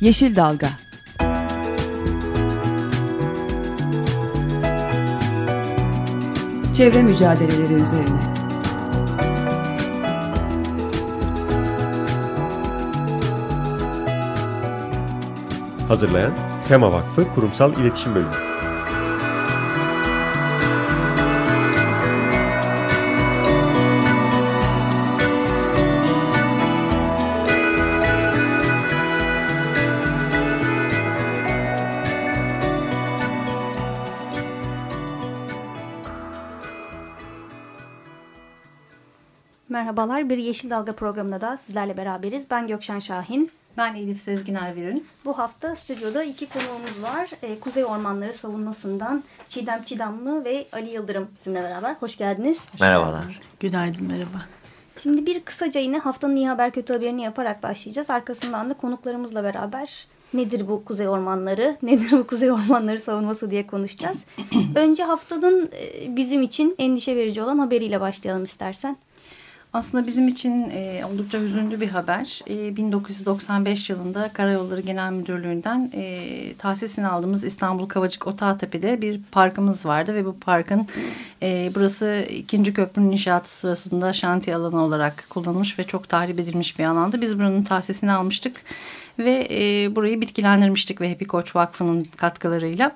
Yeşil Dalga. Çevre mücadeleleri üzerine. Hazırlayan Tema Vakfı Kurumsal İletişim Bölümü. Merhabalar, bir Yeşil Dalga programında da sizlerle beraberiz. Ben Gökşen Şahin. Ben Elif Sezgin Erver'in. Bu hafta stüdyoda iki konuğumuz var. Kuzey Ormanları Savunması'ndan Çiğdem Çiğdamlı ve Ali Yıldırım bizimle beraber. Hoş geldiniz. Merhabalar. Günaydın, merhaba. Şimdi bir kısaca yine haftanın iyi haber kötü haberini yaparak başlayacağız. Arkasından da konuklarımızla beraber nedir bu Kuzey Ormanları, nedir bu Kuzey Ormanları savunması diye konuşacağız. Önce haftanın bizim için endişe verici olan haberiyle başlayalım istersen. Aslında bizim için oldukça hüzünlü bir haber. 1995 yılında Karayolları Genel Müdürlüğü'nden tahsisini aldığımız İstanbul Kavacık Otağtepe'de bir parkımız vardı ve bu parkın burası 2. köprünün inşaatı sırasında şantiye alanı olarak kullanılmış ve çok tahrip edilmiş bir alandı. Biz buranın tahsisini almıştık ve burayı bitkilendirmiştik ve Happy Koç Vakfı'nın katkılarıyla.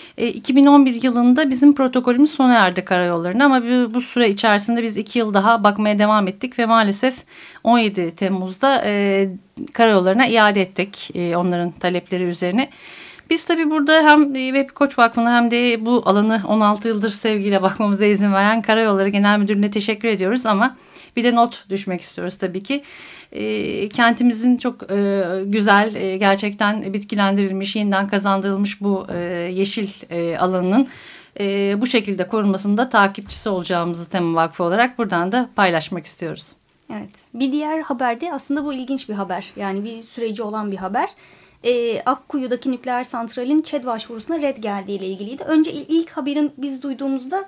2011 yılında bizim protokolümüz sona erdi karayollarına ama bu süre içerisinde biz 2 yıl daha bakmaya devam ettik ve maalesef 17 Temmuz'da karayollarına iade ettik onların talepleri üzerine. Biz tabii burada hem Happy Koç Vakfı'na hem de bu alanı 16 yıldır sevgiyle bakmamıza izin veren Karayolları Genel Müdürlüğü'ne teşekkür ediyoruz ama bir de not düşmek istiyoruz tabii ki. Kentimizin çok güzel, gerçekten bitkilendirilmiş, yeniden kazandırılmış bu yeşil alanının bu şekilde korunmasında takipçisi olacağımızı Tema Vakfı olarak buradan da paylaşmak istiyoruz. Evet, bir diğer haber de aslında bu ilginç bir haber. Yani bir süreci olan bir haber. Akkuyu'daki nükleer santralin ÇED başvurusuna red geldiği ile ilgiliydi. Önce ilk haberin biz duyduğumuzda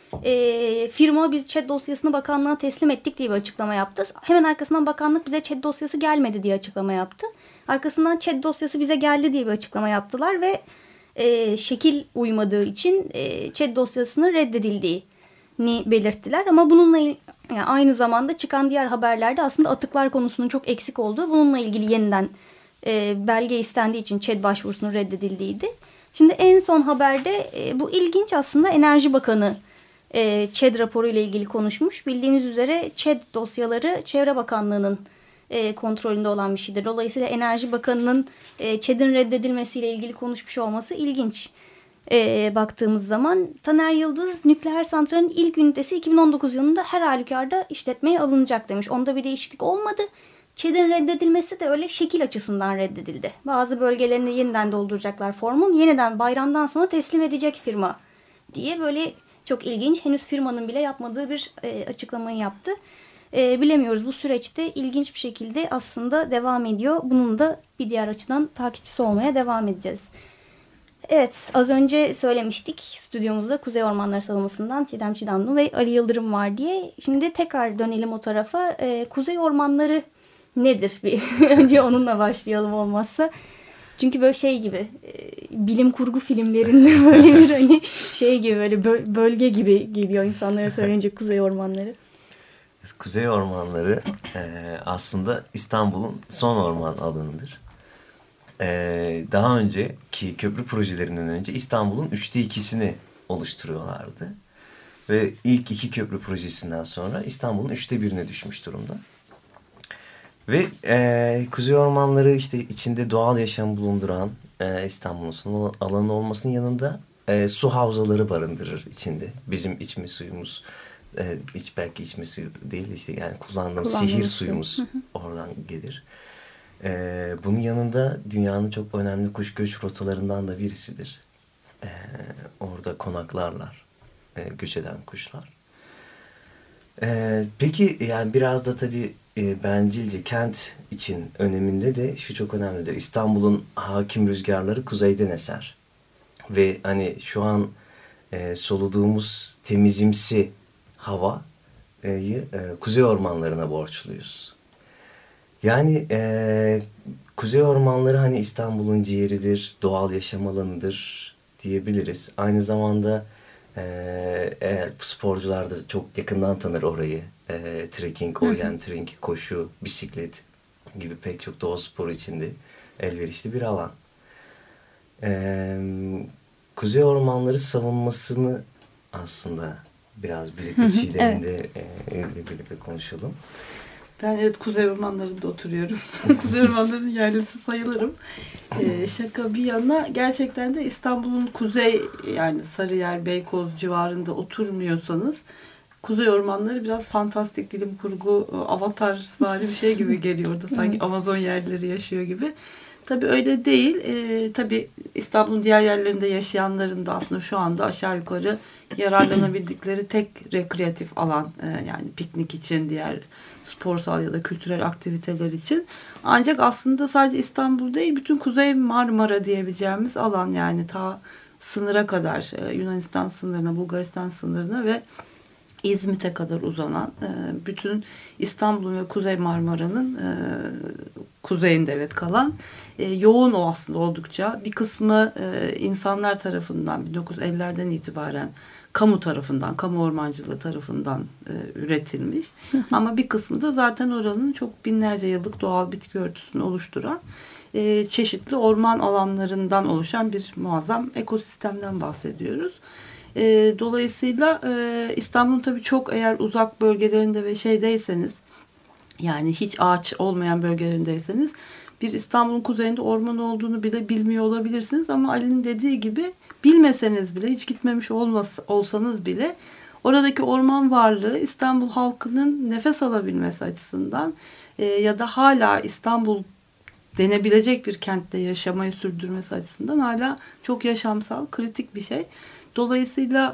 firma biz ÇED dosyasını bakanlığa teslim ettik diye bir açıklama yaptı. Hemen arkasından bakanlık bize ÇED dosyası gelmedi diye açıklama yaptı. Arkasından ÇED dosyası bize geldi diye bir açıklama yaptılar ve şekil uymadığı için ÇED dosyasının reddedildiğini belirttiler. Ama bununla yani aynı zamanda çıkan diğer haberlerde aslında atıklar konusunun çok eksik olduğu, bununla ilgili yeniden belge istendiği için ÇED başvurusunun reddedildiğiydi. Şimdi en son haberde bu ilginç aslında, Enerji Bakanı ÇED raporu ile ilgili konuşmuş. Bildiğiniz üzere ÇED dosyaları Çevre Bakanlığı'nın kontrolünde olan bir şeydir. Dolayısıyla Enerji Bakanı'nın ÇED'in reddedilmesiyle ilgili konuşmuş olması ilginç. Baktığımız zaman Taner Yıldız nükleer santralin ilk ünitesi 2019 yılında her halükarda işletmeye alınacak demiş. Onda bir değişiklik olmadı. ÇED'in reddedilmesi de öyle şekil açısından reddedildi. Bazı bölgelerini yeniden dolduracaklar formun, yeniden bayramdan sonra teslim edecek firma diye böyle çok ilginç. Henüz firmanın bile yapmadığı bir açıklamayı yaptı. Bilemiyoruz, bu süreçte ilginç bir şekilde aslında devam ediyor. Bunun da bir diğer açıdan takipçisi olmaya devam edeceğiz. Evet, az önce söylemiştik stüdyomuzda Kuzey Ormanları Savunması'ndan Çiğdem Çiğdamlı ve Ali Yıldırım var diye. Şimdi tekrar dönelim o tarafa. Kuzey Ormanları nedir? Önce onunla başlayalım olmazsa. Çünkü böyle şey gibi, bilim kurgu filmlerinde böyle bir hani şey gibi, böyle bölge gibi geliyor insanlara söyleyince Kuzey Ormanları. Kuzey Ormanları aslında İstanbul'un son orman alanıdır. Daha önceki köprü projelerinden önce İstanbul'un 2/3'ünü oluşturuyorlardı. Ve ilk 2 köprü projesinden sonra İstanbul'un 1/3'üne düşmüş durumda. Ve Kuzey Ormanları işte içinde doğal yaşam bulunduran İstanbul'un son alanı olmasının yanında su havzaları barındırır içinde. Bizim içme suyumuz, belki içme suyu değil işte, yani kullandığımız şehir suyumuz oradan gelir. Bunun yanında dünyanın çok önemli kuş göç rotalarından da birisidir. Orada konaklarlar göç eden kuşlar. Peki yani biraz da tabii bencilce kent için öneminde de şu çok önemlidir. İstanbul'un hakim rüzgarları kuzeyden eser. Ve hani şu an soluduğumuz temizimsi havayı kuzey ormanlarına borçluyuz. Yani Kuzey ormanları hani İstanbul'un ciğeridir, doğal yaşam alanıdır diyebiliriz. Aynı zamanda sporcular da çok yakından tanır orayı. Trekking, orienteering, koşu, bisiklet gibi pek çok doğa sporu içinde elverişli bir alan. Kuzey ormanları savunmasını aslında biraz birlikte Çiğdem'in de birlikte konuşalım. Ben evet Kuzey Ormanları'nda oturuyorum. Kuzey Ormanları'nın yerlisi sayılırım. Şaka bir yana gerçekten de İstanbul'un kuzey yani Sarıyer, Beykoz civarında oturmuyorsanız Kuzey Ormanları biraz fantastik bilim kurgu, avatar vari bir şey gibi geliyor orada. Sanki Amazon yerleri yaşıyor gibi. Tabii öyle değil. Tabii İstanbul'un diğer yerlerinde yaşayanların da aslında şu anda aşağı yukarı yararlanabildikleri tek rekreatif alan. Yani piknik için, diğer sporsal ya da kültürel aktiviteler için. Ancak aslında sadece İstanbul değil, bütün Kuzey Marmara diyebileceğimiz alan yani ta sınıra kadar Yunanistan sınırına, Bulgaristan sınırına ve İzmit'e kadar uzanan bütün İstanbul'un ve Kuzey Marmara'nın kuzeyinde kalan yoğun o aslında oldukça. Bir kısmı insanlar tarafından 1950'lerden itibaren kamu tarafından, kamu ormancılığı tarafından üretilmiş. Ama bir kısmı da zaten oranın çok binlerce yıllık doğal bitki örtüsünü oluşturan çeşitli orman alanlarından oluşan bir muazzam ekosistemden bahsediyoruz. Dolayısıyla İstanbul'un tabii çok eğer uzak bölgelerinde ve şeydeyseniz yani hiç ağaç olmayan bölgelerindeyseniz bir İstanbul'un kuzeyinde orman olduğunu bile bilmiyor olabilirsiniz ama Ali'nin dediği gibi bilmeseniz bile hiç gitmemiş olsanız bile oradaki orman varlığı İstanbul halkının nefes alabilmesi açısından ya da hala İstanbul denebilecek bir kentte yaşamayı sürdürmesi açısından hala çok yaşamsal, kritik bir şey. Dolayısıyla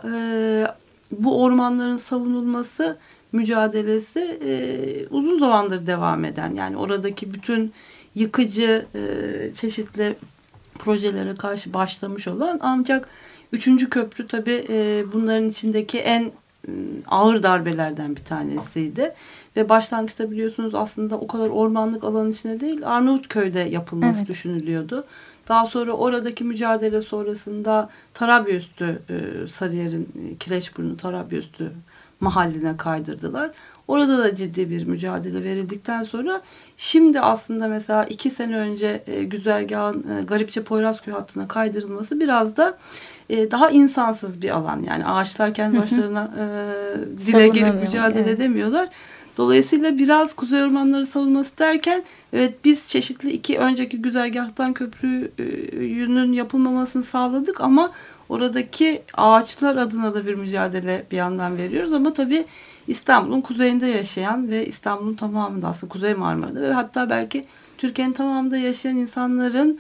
bu ormanların savunulması mücadelesi uzun zamandır devam eden yani oradaki bütün yıkıcı çeşitli projelere karşı başlamış olan ancak 3. köprü tabii bunların içindeki en ağır darbelerden bir tanesiydi. Ve başlangıçta biliyorsunuz aslında o kadar ormanlık alanın içinde değil Arnavutköy'de yapılması düşünülüyordu. Daha sonra oradaki mücadele sonrasında Tarabyüstü, Sarıyer'in Kireçburnu Tarabyüstü mahalline kaydırdılar. Orada da ciddi bir mücadele verildikten sonra şimdi aslında mesela 2 sene önce güzergahın Garipçe Poyrazköy hattına kaydırılması biraz da daha insansız bir alan. Yani ağaçlar kendi başlarına dile gelip mücadele edemiyorlar. Dolayısıyla biraz Kuzey Ormanları savunması derken evet biz çeşitli 2 önceki güzergahtan köprünün yapılmamasını sağladık ama oradaki ağaçlar adına da bir mücadele bir yandan veriyoruz ama tabii İstanbul'un kuzeyinde yaşayan ve İstanbul'un tamamında aslında Kuzey Marmara'da ve hatta belki Türkiye'nin tamamında yaşayan insanların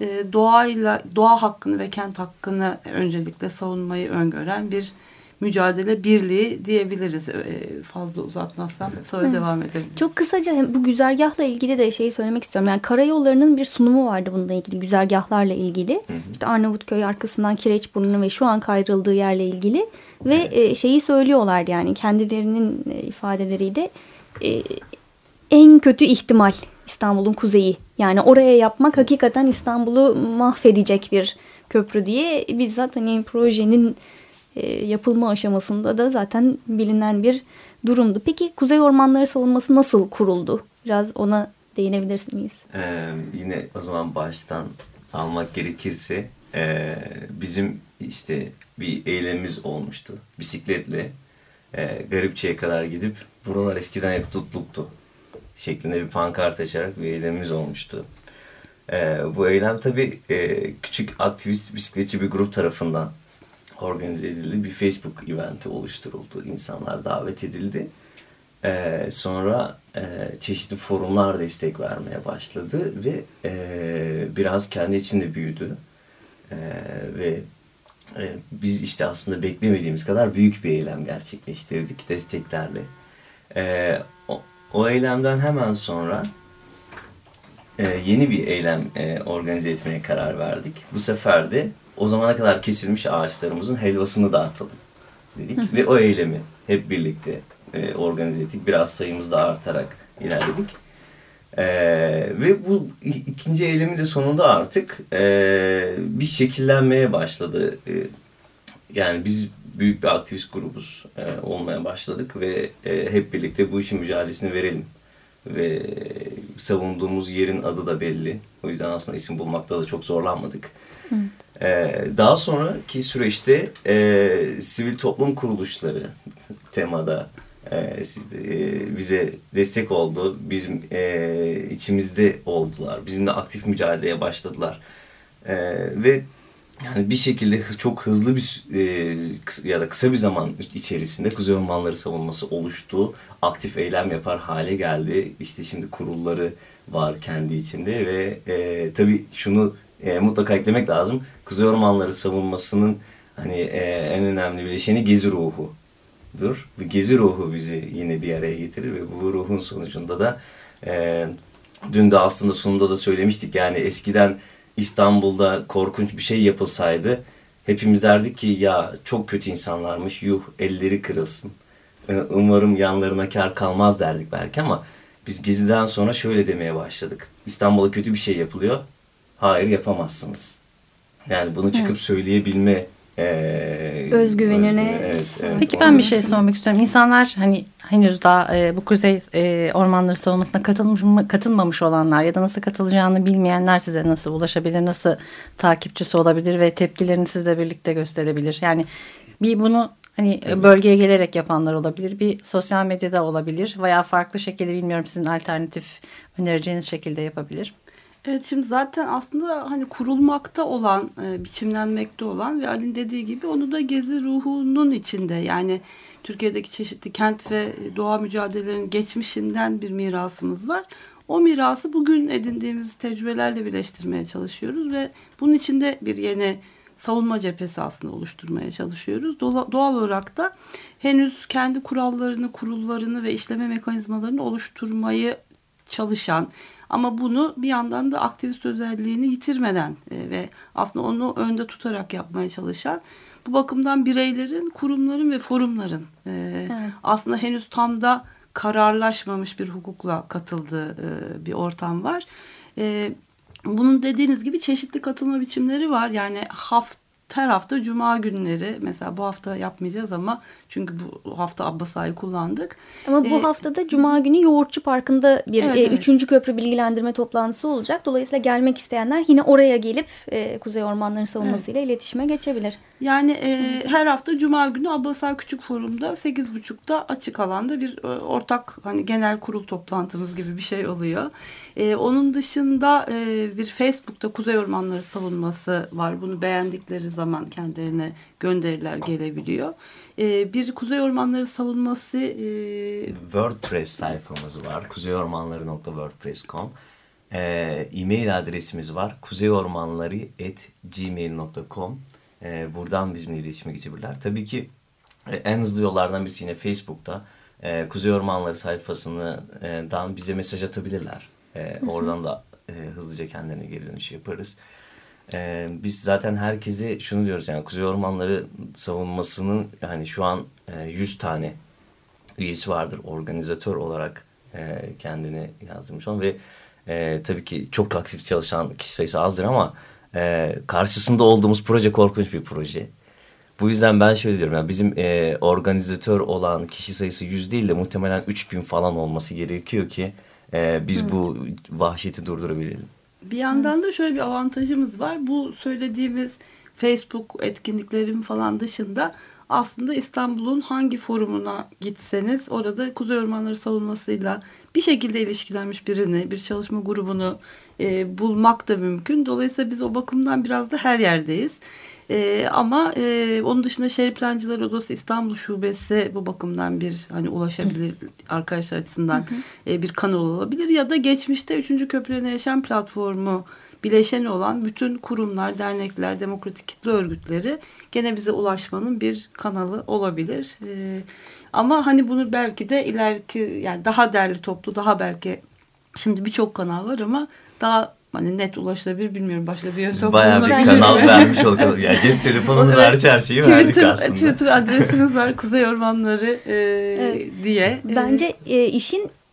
doğa hakkını ve kent hakkını öncelikle savunmayı öngören bir mücadele birliği diyebiliriz. Fazla uzatmazsam sonra devam edelim. Çok kısaca bu güzergahla ilgili de şeyi söylemek istiyorum. Yani karayollarının bir sunumu vardı bununla ilgili güzergahlarla ilgili. İşte Arnavutköy arkasından Kireçburnu ve şu an kaydırıldığı yerle ilgili ve şeyi söylüyorlar yani kendilerinin ifadeleriyle en kötü ihtimal İstanbul'un kuzeyi. Yani oraya yapmak hakikaten İstanbul'u mahvedecek bir köprü diye bizzat hani projenin yapılma aşamasında da zaten bilinen bir durumdu. Peki Kuzey Ormanları savunması nasıl kuruldu? Biraz ona değinebilir miyiz? Yine o zaman baştan almak gerekirse bizim işte bir eylemimiz olmuştu. Bisikletle Garipçe'ye kadar gidip buralar eskiden hep tutluktu şeklinde bir pankart açarak bir eylemimiz olmuştu. Bu eylem tabii küçük aktivist bisikletçi bir grup tarafından organize edildi. Bir Facebook eventi oluşturuldu. İnsanlar davet edildi. Sonra çeşitli forumlar destek vermeye başladı ve biraz kendi içinde büyüdü. Ve biz işte aslında beklemediğimiz kadar büyük bir eylem gerçekleştirdik desteklerle. O eylemden hemen sonra yeni bir eylem organize etmeye karar verdik. Bu sefer de o zamana kadar kesilmiş ağaçlarımızın helvasını dağıtalım dedik. Ve o eylemi hep birlikte organize ettik. Biraz sayımız da artarak ilerledik. Ve bu ikinci eylemin de sonunda artık bir şekillenmeye başladı. Yani biz büyük bir aktivist grubuz olmaya başladık ve hep birlikte bu işin mücadelesini verelim. Ve savunduğumuz yerin adı da belli. O yüzden aslında isim bulmakta da çok zorlanmadık. Daha sonraki süreçte sivil toplum kuruluşları temada bize destek oldu. Bizim içimizde oldular. Bizimle aktif mücadeleye başladılar. Ve yani bir şekilde çok hızlı bir ya da kısa bir zaman içerisinde Kuzey Ormanları savunması oluştu. Aktif eylem yapar hale geldi. İşte şimdi kurulları var kendi içinde ve tabii şunu mutlaka eklemek lazım. Kuzey Ormanları savunmasının hani en önemli bileşeni gezi ruhudur. Bu gezi ruhu bizi yine bir araya getirir ve bu ruhun sonucunda da dün de aslında sunumda da söylemiştik. Yani eskiden İstanbul'da korkunç bir şey yapılsaydı hepimiz derdik ki ya çok kötü insanlarmış, yuh elleri kırılsın. Umarım yanlarına kar kalmaz derdik belki ama biz Gezi'den sonra şöyle demeye başladık. İstanbul'a kötü bir şey yapılıyor. Hayır yapamazsınız. Yani bunu çıkıp söyleyebilme özgüvenine. Evet, Peki ben bir şey sormak istiyorum. İnsanlar hani henüz daha bu Kuzey Ormanları savunmasına katılmamış olanlar ya da nasıl katılacağını bilmeyenler size nasıl ulaşabilir, nasıl takipçisi olabilir ve tepkilerini sizle birlikte gösterebilir? Yani bir bunu hani bölgeye gelerek yapanlar olabilir, bir sosyal medyada olabilir veya farklı şekilde bilmiyorum sizin alternatif önereceğiniz şekilde yapabilir. Evet, şimdi zaten aslında hani kurulmakta olan, biçimlenmekte olan ve Ali'nin dediği gibi onu da gezi ruhunun içinde, yani Türkiye'deki çeşitli kent ve doğa mücadelelerinin geçmişinden bir mirasımız var. O mirası bugün edindiğimiz tecrübelerle birleştirmeye çalışıyoruz ve bunun içinde bir yeni savunma cephesi aslında oluşturmaya çalışıyoruz. Doğal olarak da henüz kendi kurallarını, kurullarını ve işleme mekanizmalarını oluşturmayı çalışan ama bunu bir yandan da aktivist özelliğini yitirmeden ve aslında onu önde tutarak yapmaya çalışan, bu bakımdan bireylerin, kurumların ve forumların aslında henüz tam da kararlaşmamış bir hukukla katıldığı bir ortam var. Bunun dediğiniz gibi çeşitli katılma biçimleri var. Yani her hafta cuma günleri, mesela bu hafta yapmayacağız ama çünkü bu hafta Abbas Ağa'yı kullandık. Ama bu haftada cuma günü Yoğurtçu Parkı'nda bir 3. köprü bilgilendirme toplantısı olacak. Dolayısıyla gelmek isteyenler yine oraya gelip Kuzey Ormanları savunmasıyla iletişime geçebilir. Yani her hafta cuma günü Abbas Ağa Küçük Forum'da 8.30'da açık alanda bir ortak hani genel kurul toplantımız gibi bir şey oluyor. Onun dışında bir Facebook'ta Kuzey Ormanları savunması var. Bunu beğendikleri zaman kendilerine gönderiler gelebiliyor. Bir Kuzey Ormanları savunması WordPress sayfamız var. kuzeyormanları.wordpress.com E-mail adresimiz var. kuzeyormanları@gmail.com Buradan bizimle iletişime geçebilirler. Tabii ki en hızlı yollardan birisi yine Facebook'ta Kuzey Ormanları sayfasından bize mesaj atabilirler. Oradan da hızlıca kendilerine geri dönüş yaparız. Biz zaten herkese şunu diyoruz, yani Kuzey Ormanları savunmasının yani şu an 100 tane üyesi vardır. Organizatör olarak kendini yazdırmış olan ve tabii ki çok aktif çalışan kişi sayısı azdır ama karşısında olduğumuz proje korkunç bir proje. Bu yüzden ben şöyle diyorum, yani bizim organizatör olan kişi sayısı 100 değil de muhtemelen 3000 falan olması gerekiyor ki biz bu vahşeti durdurabilelim. Bir yandan da şöyle bir avantajımız var. Bu söylediğimiz Facebook etkinliklerin falan dışında aslında İstanbul'un hangi forumuna gitseniz orada Kuzey Ormanları savunmasıyla bir şekilde ilişkilenmiş birini, bir çalışma grubunu bulmak da mümkün. Dolayısıyla biz o bakımdan biraz da her yerdeyiz. Ama onun dışında Şehir Plancıları Odası İstanbul Şubesi bu bakımdan bir hani ulaşabilir arkadaşlar açısından bir kanal olabilir. Ya da geçmişte 3. Köprülerine Yaşam Platformu bileşeni olan bütün kurumlar, dernekler, demokratik kitle örgütleri gene bize ulaşmanın bir kanalı olabilir. Ama hani bunu belki de ileriki, yani daha derli toplu, daha belki şimdi birçok kanal var ama daha hani net ulaşılabilir, bilmiyorum, başka bir yöntem. Bayağı bir kanal vermiş olduk. Yani cep telefonumuz hariç her şeyi verdik aslında. Twitter adresimiz var Kuzey Ormanları diye. Bence işin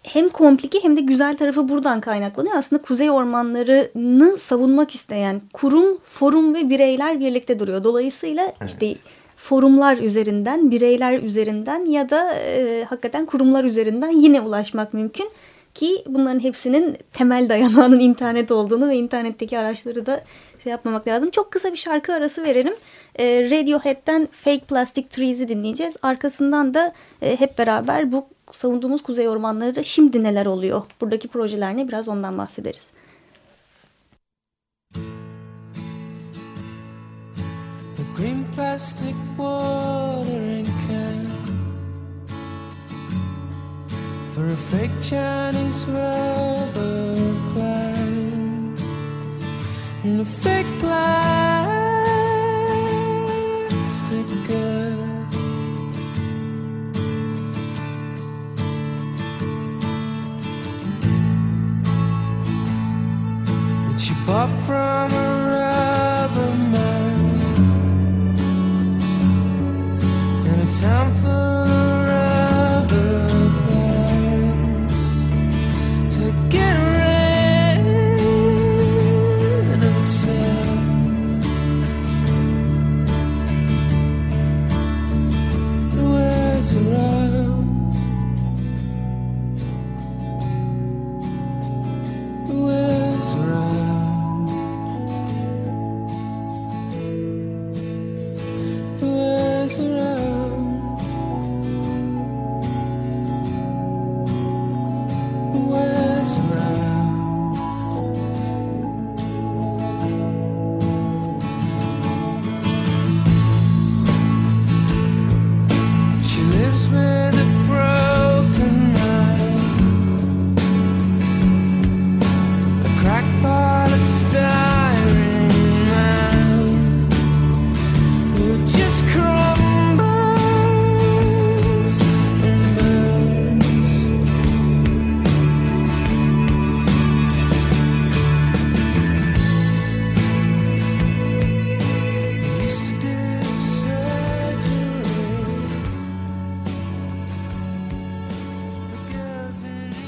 hem komplike hem de güzel tarafı buradan kaynaklanıyor. Aslında kuzey ormanlarını savunmak isteyen kurum, forum ve bireyler birlikte duruyor. Dolayısıyla işte forumlar üzerinden, bireyler üzerinden ya da hakikaten kurumlar üzerinden yine ulaşmak mümkün. Ki bunların hepsinin temel dayanağının internet olduğunu ve internetteki araçları da şey yapmamak lazım. Çok kısa bir şarkı arası verelim. Radiohead'den Fake Plastic Trees'i dinleyeceğiz. Arkasından da hep beraber bu savunduğumuz kuzey ormanlarında şimdi neler oluyor? Buradaki projeler ne? Biraz ondan bahsederiz. The green plastic watering can for a fake Chinese rubber plant and a fake plastic girl. That she bought from a rubber man in a town full of rubber plants to get rid of itself. It wears around. It wears around. It wears around. It wears around. She lives with a broken mind, a cracked polystyrene man who just crumbles and burns. Used to do surgery for girls in the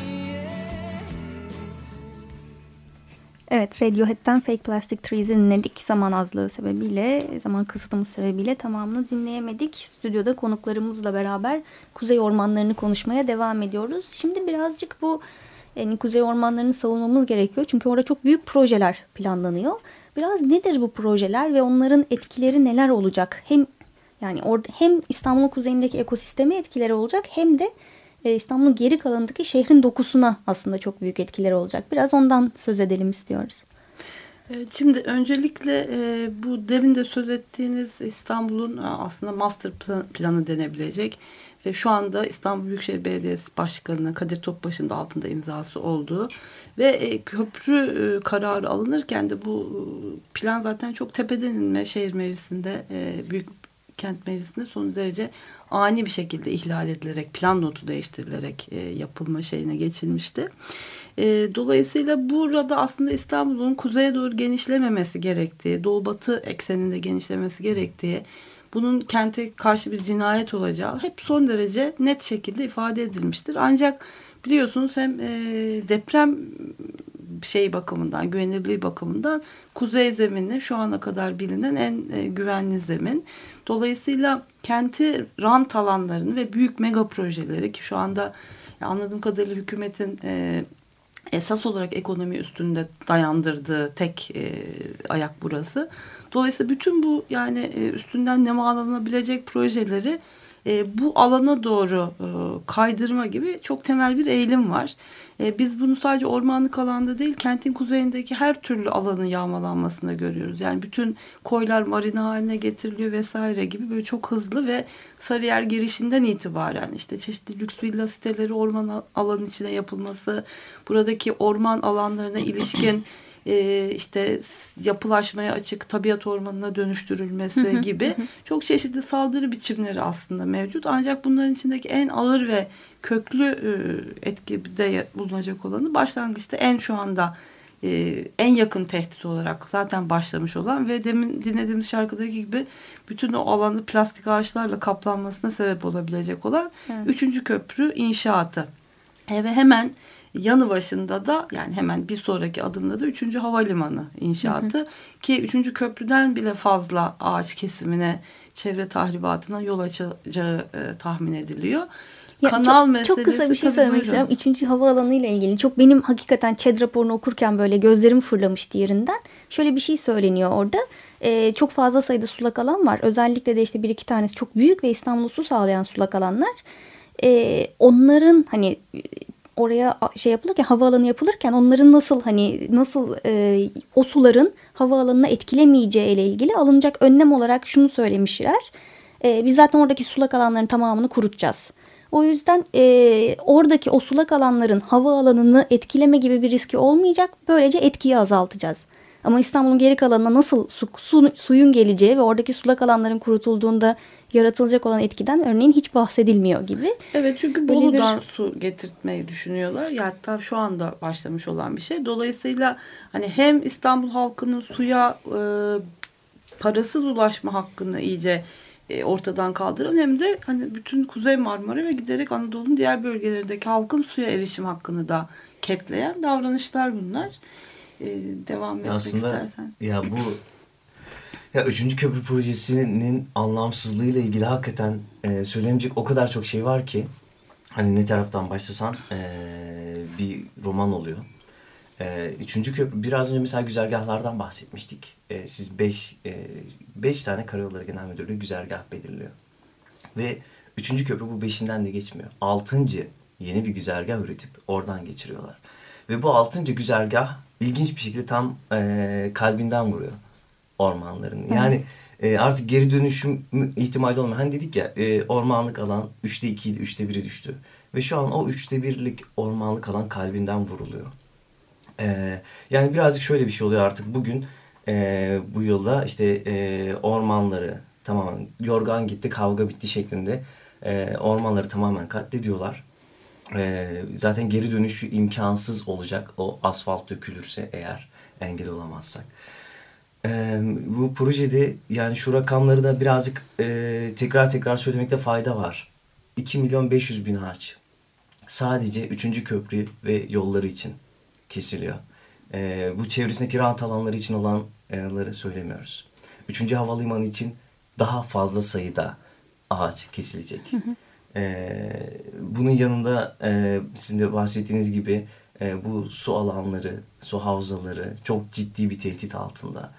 80s. Evet, Radiohead'den Fake Plastic Trees'i dinledik. Zaman azlığı sebebiyle, zaman kısıtımız sebebiyle tamamını dinleyemedik. Stüdyoda konuklarımızla beraber kuzey ormanlarını konuşmaya devam ediyoruz. Şimdi birazcık bu kuzey ormanlarını savunmamız gerekiyor. Çünkü orada çok büyük projeler planlanıyor. Biraz nedir bu projeler ve onların etkileri neler olacak? Hem İstanbul'un kuzeyindeki ekosisteme etkileri olacak hem de İstanbul'un geri kalanındaki şehrin dokusuna aslında çok büyük etkileri olacak. Biraz ondan söz edelim istiyoruz. Şimdi öncelikle bu demin de söz ettiğiniz İstanbul'un aslında master planı denebilecek ve şu anda İstanbul Büyükşehir Belediyesi Başkanı Kadir Topbaş'ın da altında imzası olduğu ve köprü kararı alınırken de bu plan zaten çok tepeden inme şehir meclisinde büyük kent meclisinde son derece ani bir şekilde ihlal edilerek plan notu değiştirilerek yapılma şeyine geçilmişti. Dolayısıyla burada aslında İstanbul'un kuzeye doğru genişlememesi gerektiği, doğu batı ekseninde genişlemesi gerektiği, bunun kente karşı bir cinayet olacağı hep son derece net şekilde ifade edilmiştir. Ancak biliyorsunuz hem deprem bakımından, güvenilirliği bakımından kuzey zemini şu ana kadar bilinen en güvenli zemin. Dolayısıyla kenti rant alanlarını ve büyük mega projeleri ki şu anda anladığım kadarıyla hükümetin esas olarak ekonomi üstünde dayandırdığı tek ayak burası. Dolayısıyla bütün bu üstünden nemalanabilecek projeleri bu alana doğru kaydırma gibi çok temel bir eğilim var. Biz bunu sadece ormanlık alanda değil, kentin kuzeyindeki her türlü alanın yağmalanmasında görüyoruz. Yani bütün koylar marina haline getiriliyor vesaire gibi böyle çok hızlı ve Sarıyer girişinden itibaren işte çeşitli lüks villa siteleri orman alanı içine yapılması, buradaki orman alanlarına ilişkin işte yapılaşmaya açık tabiat ormanına dönüştürülmesi gibi çok çeşitli saldırı biçimleri aslında mevcut. Ancak bunların içindeki en ağır ve köklü etkide bulunacak olanı başlangıçta şu anda en yakın tehdit olarak zaten başlamış olan ve demin dinlediğimiz şarkıdaki gibi bütün o alanı plastik ağaçlarla kaplanmasına sebep olabilecek olan 3. köprü inşaatı. Ve hemen yanı başında da yani hemen bir sonraki adımda da 3. Havalimanı inşaatı ki 3. köprüden bile fazla ağaç kesimine, çevre tahribatına yol açacağı tahmin ediliyor. Kanal meselesi. Çok kısa bir şey söylemek istiyorum. 3. havaalanı ile ilgili. Çok benim hakikaten ÇED raporunu okurken böyle gözlerim fırlamıştı yerinden. Şöyle bir şey söyleniyor orada. Çok fazla sayıda sulak alan var. Özellikle de işte bir iki tanesi çok büyük ve İstanbul'u su sağlayan sulak alanlar. Onların hani oraya şey yapılırken, havaalanı yapılırken onların nasıl o suların havaalanına etkilemeyeceği ile ilgili alınacak önlem olarak şunu söylemişler. Biz zaten oradaki sulak alanların tamamını kurutacağız. O yüzden oradaki o sulak alanların havaalanını etkileme gibi bir riski olmayacak. Böylece etkiyi azaltacağız. Ama İstanbul'un geri kalanına nasıl suyun geleceği ve oradaki sulak alanların kurutulduğunda yaratılacak olan etkiden örneğin hiç bahsedilmiyor gibi. Evet, çünkü Bolu'dan su getirtmeyi düşünüyorlar. Ya hatta şu anda başlamış olan bir şey. Dolayısıyla hani hem İstanbul halkının suya parasız ulaşma hakkını iyice ortadan kaldıran hem de hani bütün Kuzey Marmara ve giderek Anadolu'nun diğer bölgelerindeki halkın suya erişim hakkını da ketleyen davranışlar bunlar. Devam etmek istersen. Ya bu 3. köprü projesinin anlamsızlığıyla ilgili hakikaten söylemeyecek o kadar çok şey var ki hani ne taraftan başlasan bir roman oluyor. 3. köprü, biraz önce mesela güzergahlardan bahsetmiştik. Siz 5 tane Karayolları Genel Müdürlüğü güzergah belirliyor. Ve 3. köprü bu 5'inden de geçmiyor. 6. yeni bir güzergah üretip oradan geçiriyorlar. Ve bu 6. güzergah ilginç bir şekilde tam kalbinden vuruyor ormanların. Yani artık geri dönüşüm ihtimali olmuyor. Hani dedik ya ormanlık alan 3'te 2'ydi, 3'te 1'e düştü. Ve şu an o 3'te 1'lik ormanlık alan kalbinden vuruluyor. Yani birazcık şöyle bir şey oluyor artık bugün bu yılda işte ormanları tamamen yorgan gitti, kavga bitti şeklinde ormanları tamamen katlediyorlar. Zaten geri dönüşü imkansız olacak o asfalt dökülürse eğer engel olamazsak. Bu projede yani şu rakamları da birazcık tekrar söylemekte fayda var. 2.500.000 ağaç sadece 3. köprü ve yolları için kesiliyor. Bu çevresindeki rant alanları için olanları söylemiyoruz. 3. havalimanı için daha fazla sayıda ağaç kesilecek. Bunun yanında sizin de bahsettiğiniz gibi bu su alanları, su havzaları çok ciddi bir tehdit altında.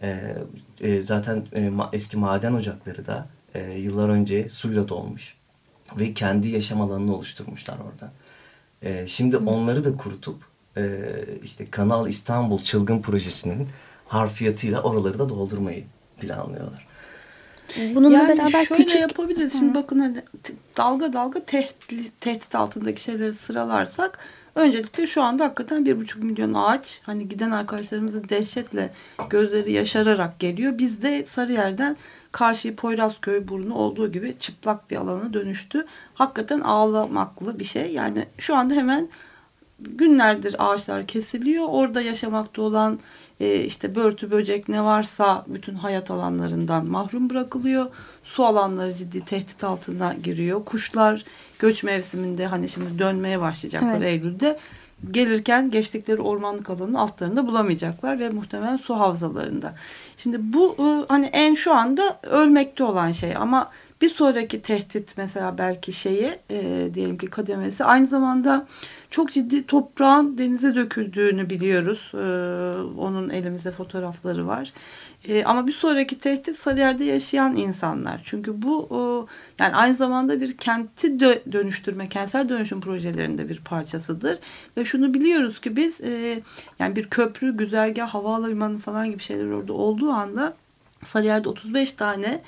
Zaten eski maden ocakları da yıllar önce suyla dolmuş ve kendi yaşam alanını oluşturmuşlar orada. Şimdi onları da kurutup işte Kanal İstanbul Çılgın Projesi'nin harfiyatıyla oraları da doldurmayı planlıyorlar. Bununla yani beraber şöyle yapabiliriz. Şimdi bakın hani dalga dalga tehdit altındaki şeyleri sıralarsak öncelikle şu anda hakikaten 1,5 milyon ağaç hani giden arkadaşlarımızın dehşetle gözleri yaşararak geliyor. Biz de Sarıyer'den karşı Poyrazköy burnu olduğu gibi çıplak bir alana dönüştü. Hakikaten ağlamaklı bir şey. Yani şu anda hemen günlerdir ağaçlar kesiliyor. Orada yaşamakta olan işte börtü, böcek ne varsa bütün hayat alanlarından mahrum bırakılıyor. Su alanları ciddi tehdit altına giriyor. Kuşlar göç mevsiminde hani şimdi dönmeye başlayacaklar Eylül'de. Gelirken geçtikleri ormanlık alanın altlarında bulamayacaklar ve muhtemelen su havzalarında. Şimdi bu hani en şu anda ölmekte olan şey ama bir sonraki tehdit mesela belki diyelim ki kademesi aynı zamanda çok ciddi toprağın denize döküldüğünü biliyoruz. Onun elimizde fotoğrafları var. Ama bir sonraki tehdit Sarıyer'de yaşayan insanlar. Çünkü bu yani aynı zamanda bir kenti dönüştürme, kentsel dönüşüm projelerinde bir parçasıdır. Ve şunu biliyoruz ki biz yani bir köprü, güzergah, havaalanı falan gibi şeyler orada olduğu anda Sarıyer'de 35 tane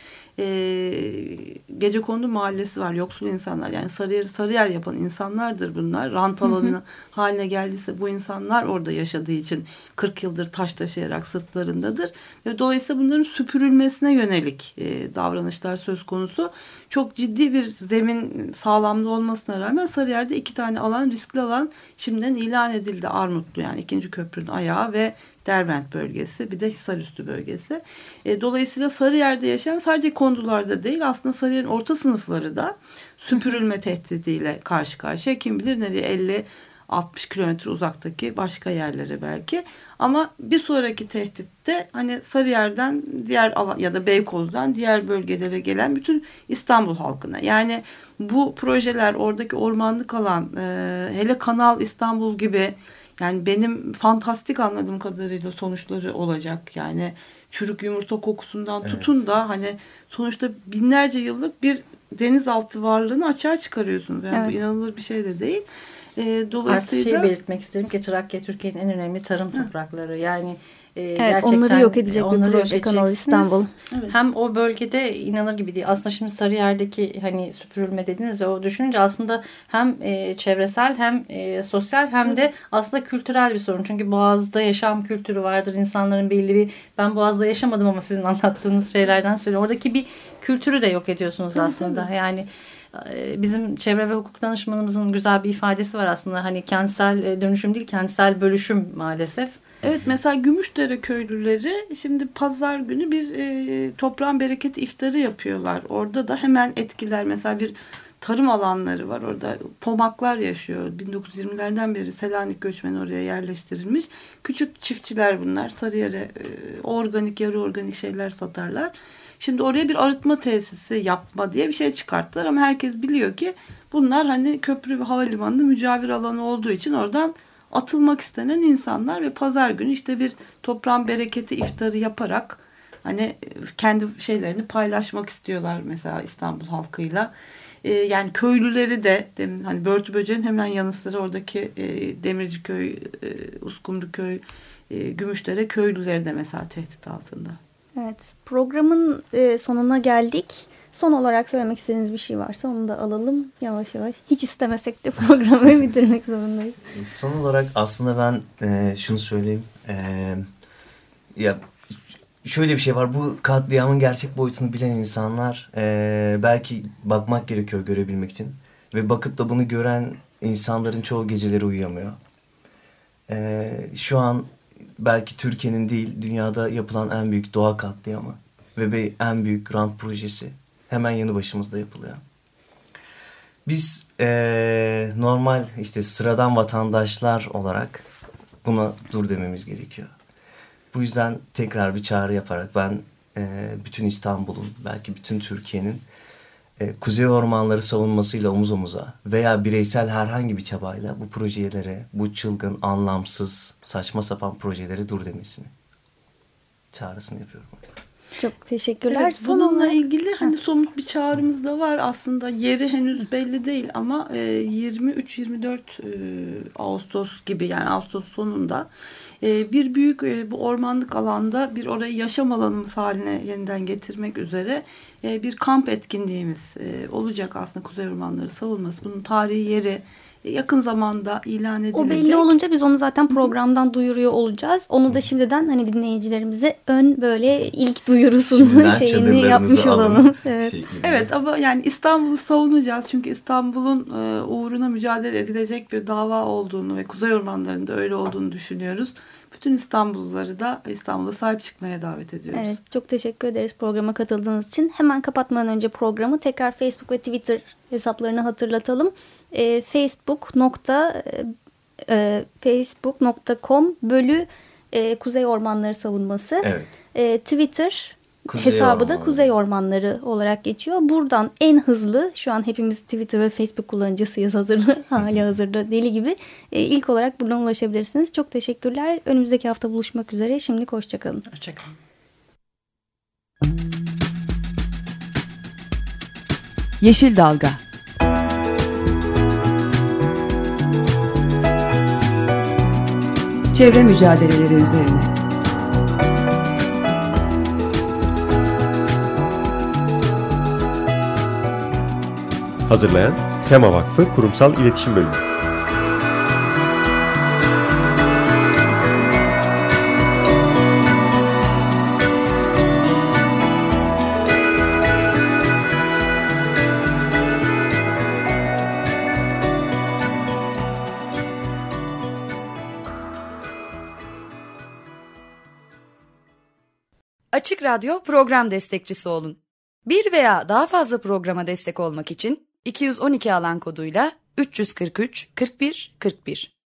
gecekondu mahallesi var. Yoksul insanlar. Yani Sarıyer yapan insanlardır bunlar. Rant alanı haline geldiyse bu insanlar orada yaşadığı için 40 yıldır taş taşıyarak sırtlarındadır. Ve dolayısıyla bunların süpürülmesine yönelik davranışlar söz konusu. Çok ciddi bir zemin sağlamlığı olmasına rağmen Sarıyer'de 2 tane alan, riskli alan şimdiden ilan edildi. Armutlu yani 2. köprünün ayağı ve Derbent bölgesi, bir de Hisarüstü bölgesi. Dolayısıyla Sarıyer'de yaşayan sadece kondularda değil, aslında Sarıyer'in orta sınıfları da süpürülme tehdidiyle karşı karşıya. Kim bilir nereye, 50-60 kilometre uzaktaki başka yerlere belki. Ama bir sonraki tehditte hani Sarıyer'den diğer ya da Beykoz'dan diğer bölgelere gelen bütün İstanbul halkına. Yani bu projeler, oradaki ormanlık alan, hele Kanal İstanbul gibi, yani benim fantastik anladığım kadarıyla sonuçları olacak. Yani çürük yumurta kokusundan tutun da hani sonuçta binlerce yıllık bir denizaltı varlığını açığa çıkarıyorsunuz. Yani bu inanılır bir şey de değil. Dolayısıyla artı belirtmek isterim ki Trakya Türkiye'nin en önemli tarım toprakları. Yani evet, gerçekten onları yok edecek bir proje Kanal İstanbul. Evet. Hem o bölgede inanır gibi değil. Aslında şimdi Sarıyer'deki hani süpürülme dediniz ya, o düşününce aslında hem çevresel hem sosyal hem de aslında kültürel bir sorun. Çünkü Boğaz'da yaşam kültürü vardır. İnsanların belli bir, ben Boğaz'da yaşamadım ama sizin anlattığınız şeylerden söylüyorum. Oradaki bir kültürü de yok ediyorsunuz aslında. Yani bizim çevre ve hukuk danışmanımızın güzel bir ifadesi var aslında. Hani kentsel dönüşüm değil, kentsel bölüşüm maalesef. Evet, mesela Gümüşdere köylüleri şimdi pazar günü bir toprağın bereketi iftarı yapıyorlar. Orada da hemen etkiler, mesela bir tarım alanları var. Orada pomaklar yaşıyor. 1920'lerden beri Selanik göçmeni oraya yerleştirilmiş. Küçük çiftçiler bunlar. Sarıyer'e organik, yarı organik şeyler satarlar. Şimdi oraya bir arıtma tesisi yapma diye bir şey çıkarttılar ama herkes biliyor ki bunlar hani köprü ve havalimanının mücavir alanı olduğu için oradan atılmak istenen insanlar ve pazar günü işte bir toprağın bereketi iftarı yaparak hani kendi şeylerini paylaşmak istiyorlar mesela İstanbul halkıyla. Yani köylüleri de hani Börtü Böceğin hemen yanı sıra oradaki Demirciköy, Uskumruköy, Gümüşdere köylüleri de mesela tehdit altında. Evet, programın sonuna geldik. Son olarak söylemek istediğiniz bir şey varsa onu da alalım yavaş yavaş. Hiç istemesek de programı bitirmek zorundayız. Son olarak aslında ben şunu söyleyeyim. Ya şöyle bir şey var. Bu katliamın gerçek boyutunu bilen insanlar belki bakmak gerekiyor görebilmek için. Ve bakıp da bunu gören insanların çoğu geceleri uyuyamıyor. Şu an belki Türkiye'nin değil, dünyada yapılan en büyük doğa katliamı ve en büyük rant projesi hemen yanı başımızda yapılıyor. Biz normal işte sıradan vatandaşlar olarak buna dur dememiz gerekiyor. Bu yüzden tekrar bir çağrı yaparak ben bütün İstanbul'un, belki bütün Türkiye'nin kuzey ormanları savunmasıyla omuz omuza veya bireysel herhangi bir çabayla bu projelere, bu çılgın, anlamsız, saçma sapan projelere dur demesini çağrısını yapıyorum. Çok teşekkürler. Evet, bununla ilgili hani somut bir çağrımız da var. Aslında yeri henüz belli değil ama 23-24 Ağustos gibi, yani Ağustos sonunda bir büyük bu ormanlık alanda bir orayı yaşam alanımız haline yeniden getirmek üzere bir kamp etkinliğimiz olacak aslında, Kuzey Ormanları Savunması. Bunun tarihi yeri yakın zamanda ilan edilecek. O belli olunca biz onu zaten programdan duyuruyor olacağız. Onu da şimdiden hani dinleyicilerimize böyle ilk duyurusunu şeyini yapmış olalım. Evet. Evet, ama yani İstanbul'u savunacağız. Çünkü İstanbul'un uğruna mücadele edilecek bir dava olduğunu ve Kuzey Ormanları'nda öyle olduğunu düşünüyoruz. Bütün İstanbulluları da İstanbul'a sahip çıkmaya davet ediyoruz. Evet, çok teşekkür ederiz programa katıldığınız için. Hemen kapatmadan önce programı tekrar Facebook ve Twitter hesaplarını hatırlatalım. facebook.com/Kuzey Ormanları Savunması. Evet. Twitter hesabı da Kuzey Ormanları olarak geçiyor. Buradan en hızlı, şu an hepimiz Twitter ve Facebook kullanıcısıyız hali hazırda deli gibi. İlk olarak buradan ulaşabilirsiniz. Çok teşekkürler. Önümüzdeki hafta buluşmak üzere. Şimdilik hoşçakalın. Hoşçakalın. Yeşil Dalga. Çevre mücadeleleri üzerine. Hazırlayan Tema Vakfı Kurumsal İletişim Bölümü. Açık Radyo program destekçisi olun. Bir veya daha fazla programa destek olmak için 212 alan koduyla 343 41 41